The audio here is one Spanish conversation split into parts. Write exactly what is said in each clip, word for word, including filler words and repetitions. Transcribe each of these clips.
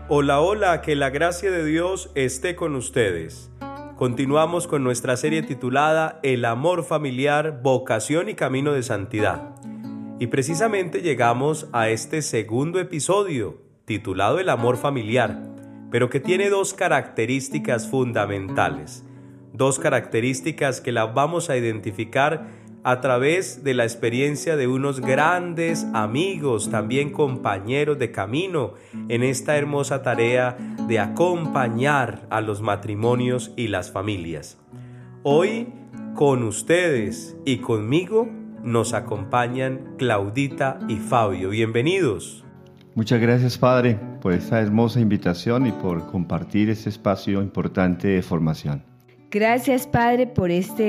Hola, hola, que la gracia de Dios esté con ustedes. Continuamos con nuestra serie titulada El amor familiar, vocación y camino de santidad. Y precisamente llegamos a este segundo episodio, titulado El amor familiar, pero que tiene dos características fundamentales. Dos características que las vamos a identificar a través de la experiencia de unos grandes amigos, también compañeros de camino en esta hermosa tarea de acompañar a los matrimonios y las familias. Hoy, con ustedes y conmigo, nos acompañan Claudita y Fabio. Bienvenidos. Muchas gracias, Padre, por esta hermosa invitación y por compartir este espacio importante de formación. Gracias, Padre, por esta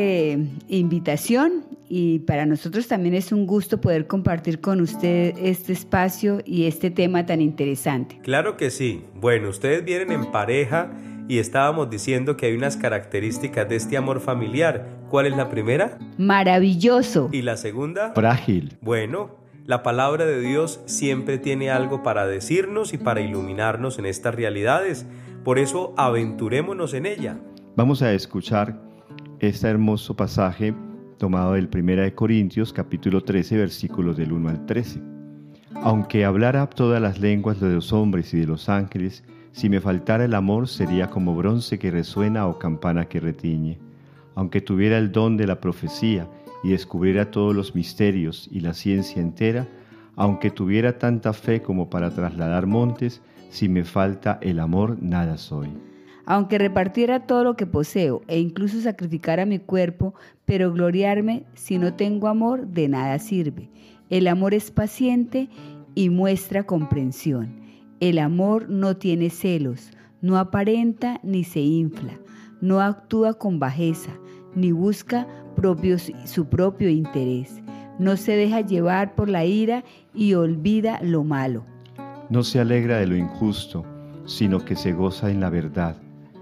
invitación, y para nosotros también es un gusto poder compartir con usted este espacio y este tema tan interesante. Claro que sí. Bueno, ustedes vienen en pareja y estábamos diciendo que hay unas características de este amor familiar. ¿Cuál es la primera? Maravilloso. ¿Y la segunda? Frágil. Bueno, la palabra de Dios siempre tiene algo para decirnos y para iluminarnos en estas realidades. Por eso, aventurémonos en ella. Vamos a escuchar este hermoso pasaje tomado del primera de Corintios, capítulo trece, versículos del uno al trece. Aunque hablara todas las lenguas de los hombres y de los ángeles, si me faltara el amor, sería como bronce que resuena o campana que retiñe. Aunque tuviera el don de la profecía y descubriera todos los misterios y la ciencia entera, aunque tuviera tanta fe como para trasladar montes, si me falta el amor, nada soy. Aunque repartiera todo lo que poseo e incluso sacrificara mi cuerpo, pero gloriarme, si no tengo amor, de nada sirve. El amor es paciente y muestra comprensión. El amor no tiene celos, no aparenta ni se infla, no actúa con bajeza, ni busca propios, su propio interés. No se deja llevar por la ira y olvida lo malo. No se alegra de lo injusto, sino que se goza en la verdad.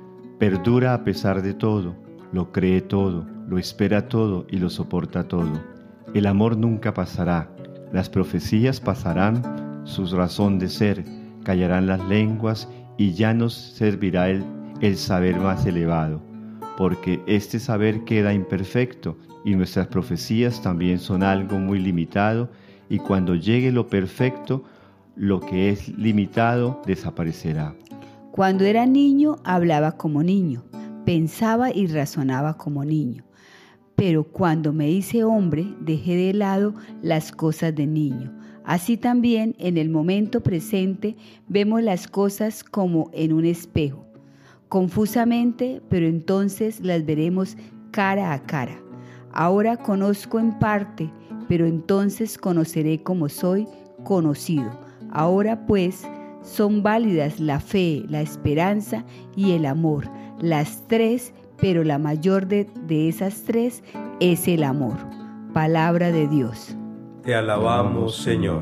Perdura a pesar de todo, lo cree todo, lo espera todo y lo soporta todo. El amor nunca pasará, las profecías pasarán, su razón de ser, callarán las lenguas y ya nos servirá el, el saber más elevado, porque este saber queda imperfecto y nuestras profecías también son algo muy limitado, y cuando llegue lo perfecto, lo que es limitado desaparecerá. Cuando era niño, hablaba como niño, pensaba y razonaba como niño. Pero cuando me hice hombre, dejé de lado las cosas de niño. Así también, en el momento presente, vemos las cosas como en un espejo, confusamente, pero entonces las veremos cara a cara. Ahora conozco en parte, pero entonces conoceré como soy conocido. Ahora pues, son válidas la fe, la esperanza y el amor, las tres, pero la mayor de, de esas tres es el amor. Palabra de Dios. Te alabamos, Señor.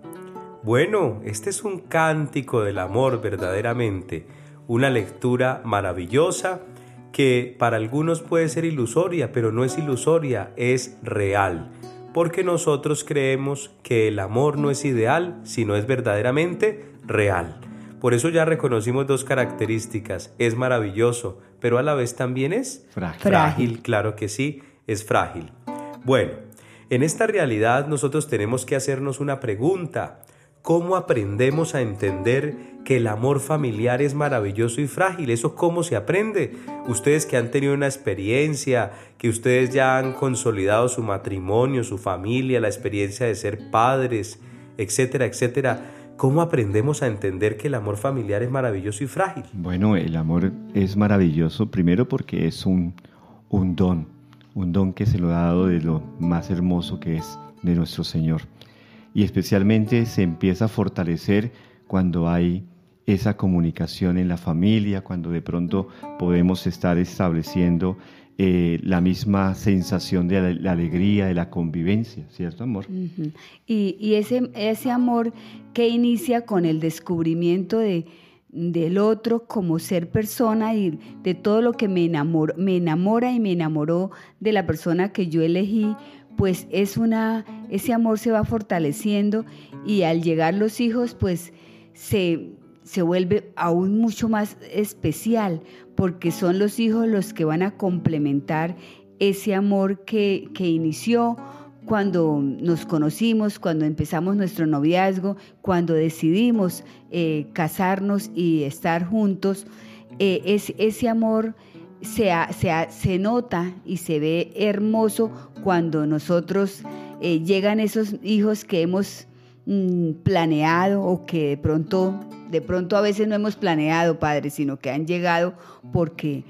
Bueno, este es un cántico del amor verdaderamente, una lectura maravillosa que para algunos puede ser ilusoria, pero no es ilusoria, es real. Porque nosotros creemos que el amor no es ideal, sino es verdaderamente real. Por eso ya reconocimos dos características: es maravilloso, pero a la vez también es Frágil. frágil. Claro que sí, es frágil. Bueno, en esta realidad nosotros tenemos que hacernos una pregunta: ¿cómo aprendemos a entender que el amor familiar es maravilloso y frágil? ¿Eso cómo se aprende? Ustedes que han tenido una experiencia, que ustedes ya han consolidado su matrimonio, su familia, la experiencia de ser padres, etcétera, etcétera, ¿cómo aprendemos a entender que el amor familiar es maravilloso y frágil? Bueno, el amor es maravilloso primero porque es un, un don, un don que se lo ha dado de lo más hermoso que es de nuestro Señor. Y especialmente se empieza a fortalecer cuando hay esa comunicación en la familia, cuando de pronto podemos estar estableciendo eh, la misma sensación de la, la alegría, de la convivencia, ¿cierto, amor? Uh-huh. Y, y ese, ese amor que inicia con el descubrimiento de, del otro como ser persona y de todo lo que me enamor, me enamora y me enamoró de la persona que yo elegí, pues es una, ese amor se va fortaleciendo y al llegar los hijos, pues se, se vuelve aún mucho más especial, porque son los hijos los que van a complementar ese amor que, que inició cuando nos conocimos, cuando empezamos nuestro noviazgo, cuando decidimos eh, casarnos y estar juntos. Eh, es, ese amor se, ha, se, ha, se nota y se ve hermoso cuando nosotros eh, llegan esos hijos que hemos mm, planeado o que de pronto, de pronto a veces no hemos planeado, Padre, sino que han llegado porque,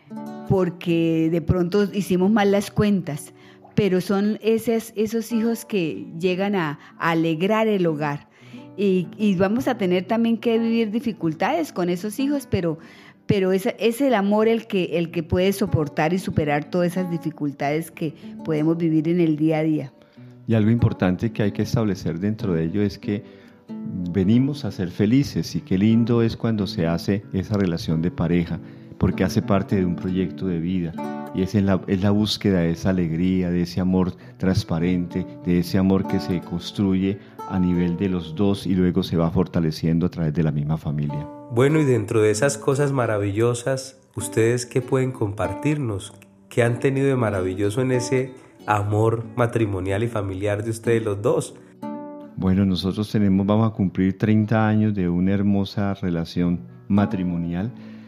porque de pronto hicimos mal las cuentas. Pero son esos, esos hijos que llegan a, a alegrar el hogar. Y, y vamos a tener también que vivir dificultades con esos hijos, pero, pero es, es el amor el que, el que puede soportar y superar todas esas dificultades que podemos vivir en el día a día. Y algo importante que hay que establecer dentro de ello es que venimos a ser felices, y qué lindo es cuando se hace esa relación de pareja, porque hace parte de un proyecto de vida. Y es, en la, es la búsqueda de esa alegría, de ese amor transparente, de ese amor que se construye a nivel de los dos y luego se va fortaleciendo a través de la misma familia. Bueno, y dentro de esas cosas maravillosas, ¿ustedes qué pueden compartirnos? ¿Qué han tenido de maravilloso en ese amor matrimonial y familiar de ustedes los dos? Bueno, nosotros tenemos, vamos a cumplir treinta años de una hermosa relación matrimonial,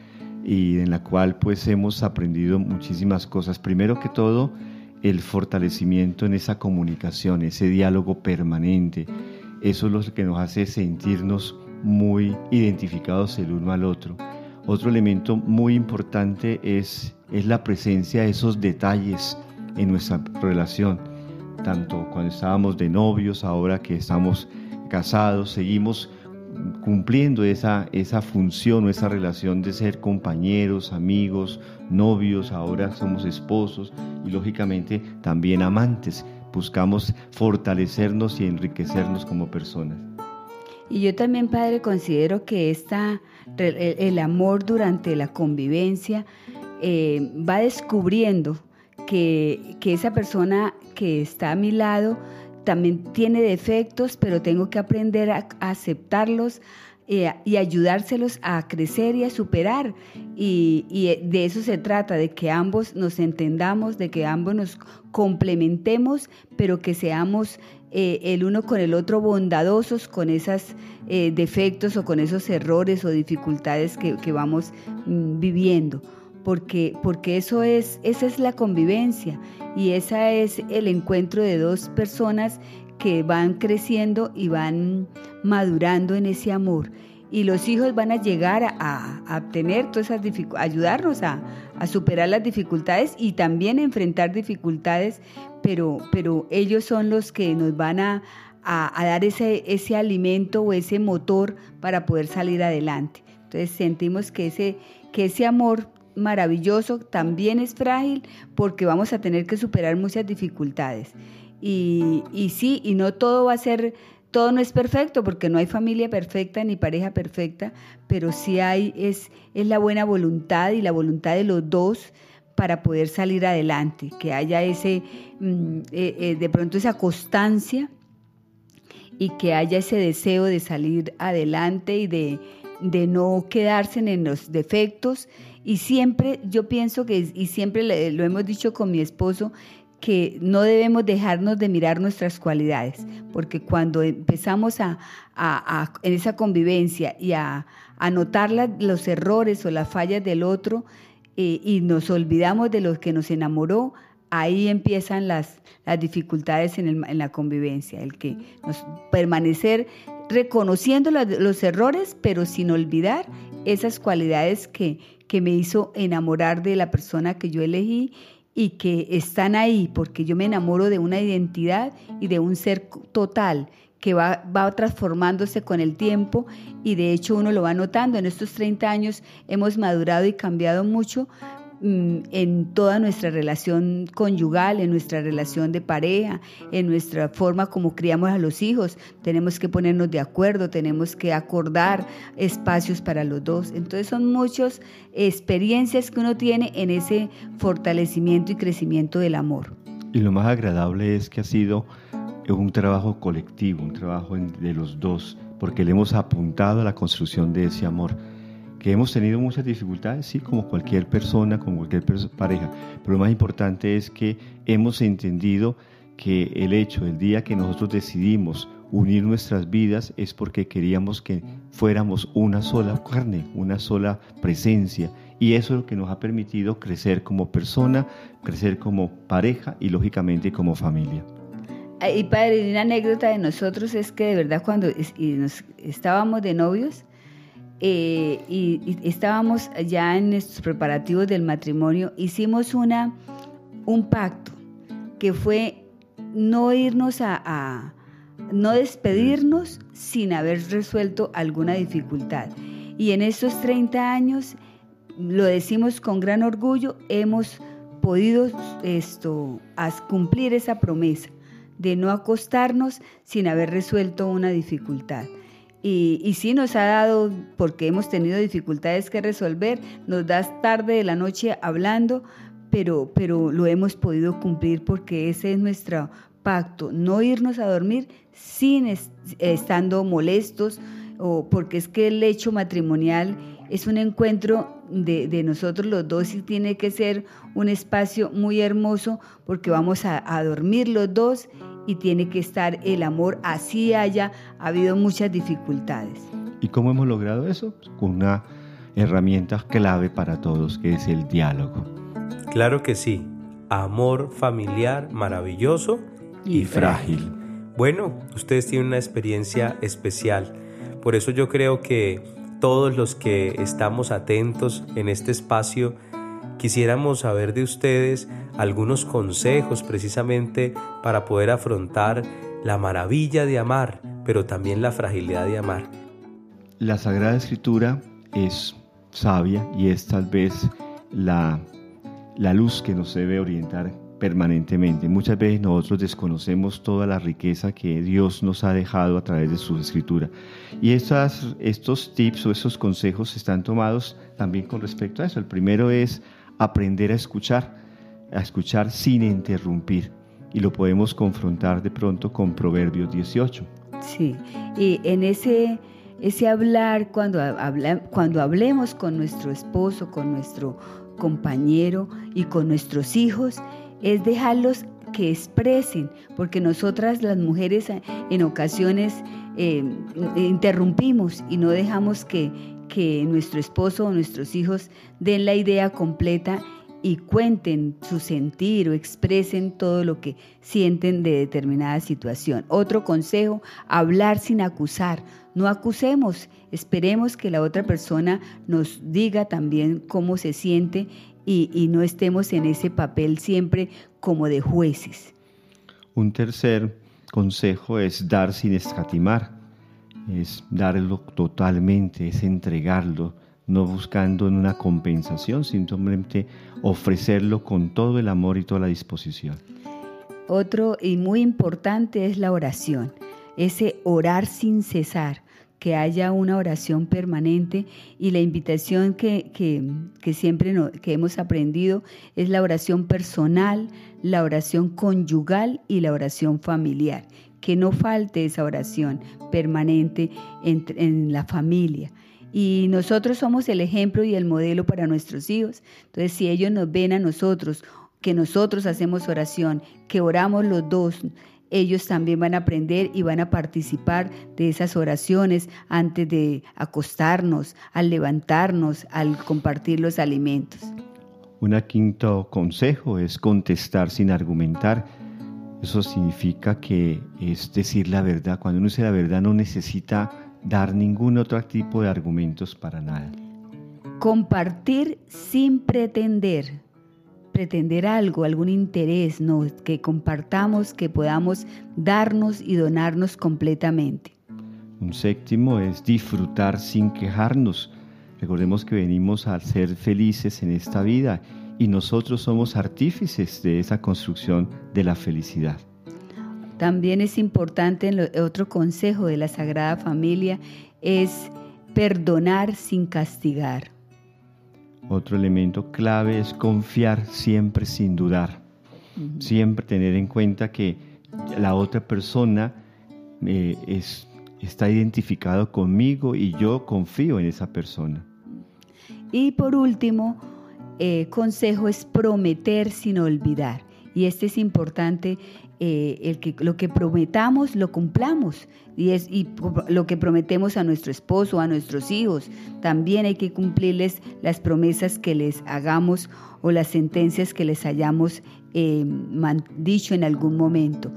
y en la cual pues hemos aprendido muchísimas cosas. Primero que todo, el fortalecimiento en esa comunicación, ese diálogo permanente. Eso es lo que nos hace sentirnos muy identificados el uno al otro. Otro elemento muy importante es, es la presencia de esos detalles en nuestra relación. Tanto cuando estábamos de novios, ahora que estamos casados, seguimos cumpliendo esa, esa función o esa relación de ser compañeros, amigos, novios, ahora somos esposos y lógicamente también amantes. Buscamos fortalecernos y enriquecernos como personas. Y yo también, Padre, considero que esta, el, el amor durante la convivencia eh, va descubriendo que, que esa persona que está a mi lado también tiene defectos, pero tengo que aprender a, a aceptarlos eh, y ayudárselos a crecer y a superar. Y, y de eso se trata, de que ambos nos entendamos, de que ambos nos complementemos, pero que seamos eh, el uno con el otro bondadosos con esos eh, defectos o con esos errores o dificultades que, que vamos mm, viviendo. Porque, porque eso es, esa es la convivencia y ese es el encuentro de dos personas que van creciendo y van madurando en ese amor. Y los hijos van a llegar a, a, a tener todas esas dificultades, ayudarnos a, a superar las dificultades y también a enfrentar dificultades, pero, pero ellos son los que nos van a, a, a dar ese, ese alimento o ese motor para poder salir adelante. Entonces sentimos que ese, que ese amor maravilloso también es frágil, porque vamos a tener que superar muchas dificultades y, y sí, y no todo va a ser, todo no es perfecto, porque no hay familia perfecta ni pareja perfecta, pero sí hay, es, es la buena voluntad y la voluntad de los dos para poder salir adelante, que haya ese mm, eh, eh, de pronto esa constancia y que haya ese deseo de salir adelante y de, de no quedarse en los defectos. Y siempre, yo pienso que, y siempre lo hemos dicho con mi esposo, que no debemos dejarnos de mirar nuestras cualidades, porque cuando empezamos a, a, a en esa convivencia y a, a notar la, los errores o las fallas del otro eh, y nos olvidamos de lo que nos enamoró, ahí empiezan las, las dificultades en, el, en la convivencia, el que nos permanecer reconociendo los, los errores, pero sin olvidar esas cualidades que, que me hizo enamorar de la persona que yo elegí y que están ahí, porque yo me enamoro de una identidad y de un ser total que va, va transformándose con el tiempo, y de hecho uno lo va notando. En estos treinta años hemos madurado y cambiado mucho mmm, en toda nuestra relación conyugal, en nuestra relación de pareja, en nuestra forma como criamos a los hijos. Tenemos que ponernos de acuerdo, tenemos que acordar espacios para los dos. Entonces son muchas experiencias que uno tiene en ese fortalecimiento y crecimiento del amor. Y lo más agradable es que ha sido un trabajo colectivo, un trabajo de los dos, porque le hemos apuntado a la construcción de ese amor. Que hemos tenido muchas dificultades, sí, como cualquier persona, como cualquier perso- pareja, pero lo más importante es que hemos entendido que el hecho, el día que nosotros decidimos unir nuestras vidas es porque queríamos que fuéramos una sola carne, una sola presencia, y eso es lo que nos ha permitido crecer como persona, crecer como pareja y lógicamente como familia. Y padre, una anécdota de nosotros es que de verdad cuando es- y nos, estábamos de novios eh, y, y estábamos ya en nuestros preparativos del matrimonio, hicimos una, un pacto que fue no irnos a, a no despedirnos sin haber resuelto alguna dificultad. Y en estos treinta años, lo decimos con gran orgullo, hemos podido esto, as- cumplir esa promesa de no acostarnos sin haber resuelto una dificultad. Y, y sí nos ha dado, porque hemos tenido dificultades que resolver, nos da tarde de la noche hablando, pero, pero lo hemos podido cumplir porque ese es nuestro pacto, no irnos a dormir sin est- estando molestos, o porque es que el lecho matrimonial es un encuentro de, de nosotros los dos y tiene que ser un espacio muy hermoso porque vamos a, a dormir los dos y tiene que estar el amor, así haya habido muchas dificultades. ¿Y cómo hemos logrado eso? Con una herramienta clave para todos, que es el diálogo. Claro que sí, amor familiar maravilloso y, Y frágil. Bueno, ustedes tienen una experiencia especial, por eso yo creo que todos los que estamos atentos en este espacio quisiéramos saber de ustedes algunos consejos precisamente para poder afrontar la maravilla de amar, pero también la fragilidad de amar. La Sagrada Escritura es sabia y es tal vez la, la luz que nos debe orientar permanentemente. Muchas veces nosotros desconocemos toda la riqueza que Dios nos ha dejado a través de su Escritura. Y estas, estos tips o estos consejos están tomados también con respecto a eso. El primero es aprender a escuchar, a escuchar sin interrumpir. Y lo podemos confrontar de pronto con Proverbios dieciocho. Sí, y en ese, ese hablar, cuando, habla, cuando hablemos con nuestro esposo, con nuestro compañero y con nuestros hijos, es dejarlos que expresen, porque nosotras las mujeres en ocasiones eh, interrumpimos y no dejamos que, que nuestro esposo o nuestros hijos den la idea completa y cuenten su sentir o expresen todo lo que sienten de determinada situación. Otro consejo, hablar sin acusar. No acusemos, esperemos que la otra persona nos diga también cómo se siente y, y no estemos en ese papel siempre como de jueces. Un tercer consejo es dar sin escatimar, es darlo totalmente, es entregarlo, no buscando en una compensación, simplemente ofrecerlo con todo el amor y toda la disposición. Otro y muy importante es la oración, ese orar sin cesar, que haya una oración permanente, y la invitación que, que, que siempre no, que hemos aprendido es la oración personal, la oración conyugal y la oración familiar. Que no falte esa oración permanente en, en la familia. Y nosotros somos el ejemplo y el modelo para nuestros hijos. Entonces, si ellos nos ven a nosotros, que nosotros hacemos oración, que oramos los dos, ellos también van a aprender y van a participar de esas oraciones antes de acostarnos, al levantarnos, al compartir los alimentos. Un quinto consejo es contestar sin argumentar. Eso significa que es decir la verdad. Cuando uno dice la verdad no necesita dar ningún otro tipo de argumentos para nada. Compartir sin pretender. pretender algo, algún interés, no, que compartamos, que podamos darnos y donarnos completamente. Un séptimo es disfrutar sin quejarnos. Recordemos que venimos a ser felices en esta vida y nosotros somos artífices de esa construcción de la felicidad. También es importante, otro consejo de la Sagrada Familia es perdonar sin castigar. Otro elemento clave es confiar siempre sin dudar. Uh-huh. Siempre tener en cuenta que la otra persona eh, es está identificado conmigo y yo confío en esa persona. Y por último, eh, consejo es prometer sin olvidar. Y este es importante, eh, el que lo que prometamos lo cumplamos. Y, es, y lo que prometemos a nuestro esposo, a nuestros hijos, también hay que cumplirles las promesas que les hagamos o las sentencias que les hayamos eh, man, dicho en algún momento.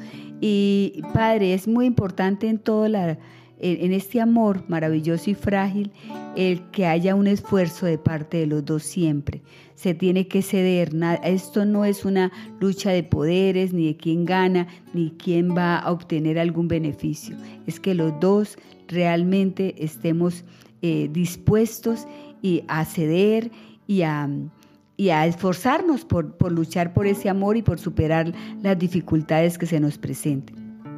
Y Padre, es muy importante en todo la, en este amor maravilloso y frágil, el que haya un esfuerzo de parte de los dos siempre. Se tiene que ceder. Esto no es una lucha de poderes, ni de quién gana, ni quién va a obtener algún beneficio. Es que los dos realmente estemos eh, dispuestos y a ceder y a, y a esforzarnos por, por luchar por ese amor y por superar las dificultades que se nos presenten.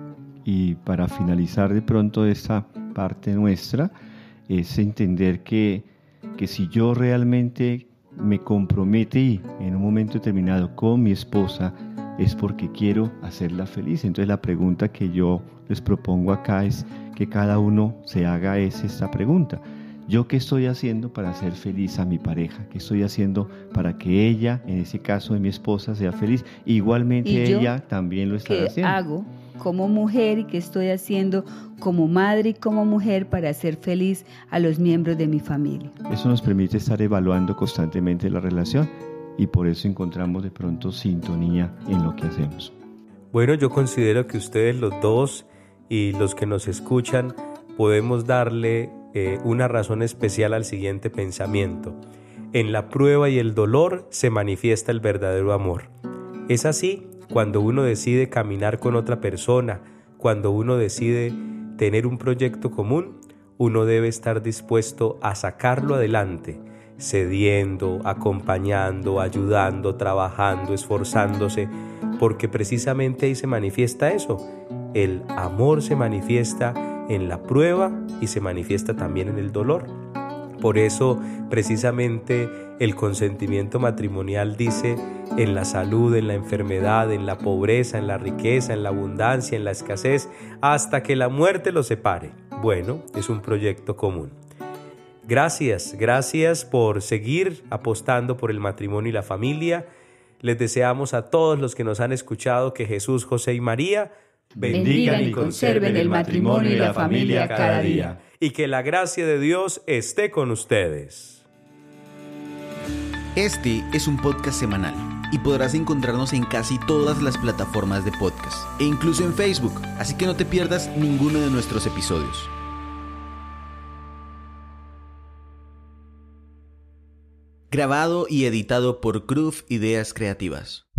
Y para finalizar de pronto esta parte nuestra, es entender que, que si yo realmente me comprometí en un momento determinado con mi esposa, es porque quiero hacerla feliz. Entonces la pregunta que yo les propongo acá es que cada uno se haga es esta pregunta: ¿yo qué estoy haciendo para hacer feliz a mi pareja? ¿Qué estoy haciendo para que ella, en ese caso de mi esposa, sea feliz? Igualmente ella también lo está haciendo. ¿Qué hago como mujer y qué estoy haciendo como madre y como mujer para hacer feliz a los miembros de mi familia? Eso nos permite estar evaluando constantemente la relación y por eso encontramos de pronto sintonía en lo que hacemos. Bueno, yo considero que ustedes los dos y los que nos escuchan podemos darle eh, una razón especial al siguiente pensamiento. En la prueba y el dolor se manifiesta el verdadero amor. Es así cuando uno decide caminar con otra persona, cuando uno decide tener un proyecto común, uno debe estar dispuesto a sacarlo adelante, cediendo, acompañando, ayudando, trabajando, esforzándose, porque precisamente ahí se manifiesta eso. El amor se manifiesta en la prueba y se manifiesta también en el dolor. Por eso, precisamente, el consentimiento matrimonial dice: en la salud, en la enfermedad, en la pobreza, en la riqueza, en la abundancia, en la escasez, hasta que la muerte los separe. Bueno, es un proyecto común. Gracias, gracias por seguir apostando por el matrimonio y la familia. Les deseamos a todos los que nos han escuchado que Jesús, José y María bendigan y conserven el matrimonio y la familia cada día. Y que la gracia de Dios esté con ustedes. Este es un podcast semanal y podrás encontrarnos en casi todas las plataformas de podcast e incluso en Facebook, así que no te pierdas ninguno de nuestros episodios. Grabado y editado por Groove Ideas Creativas.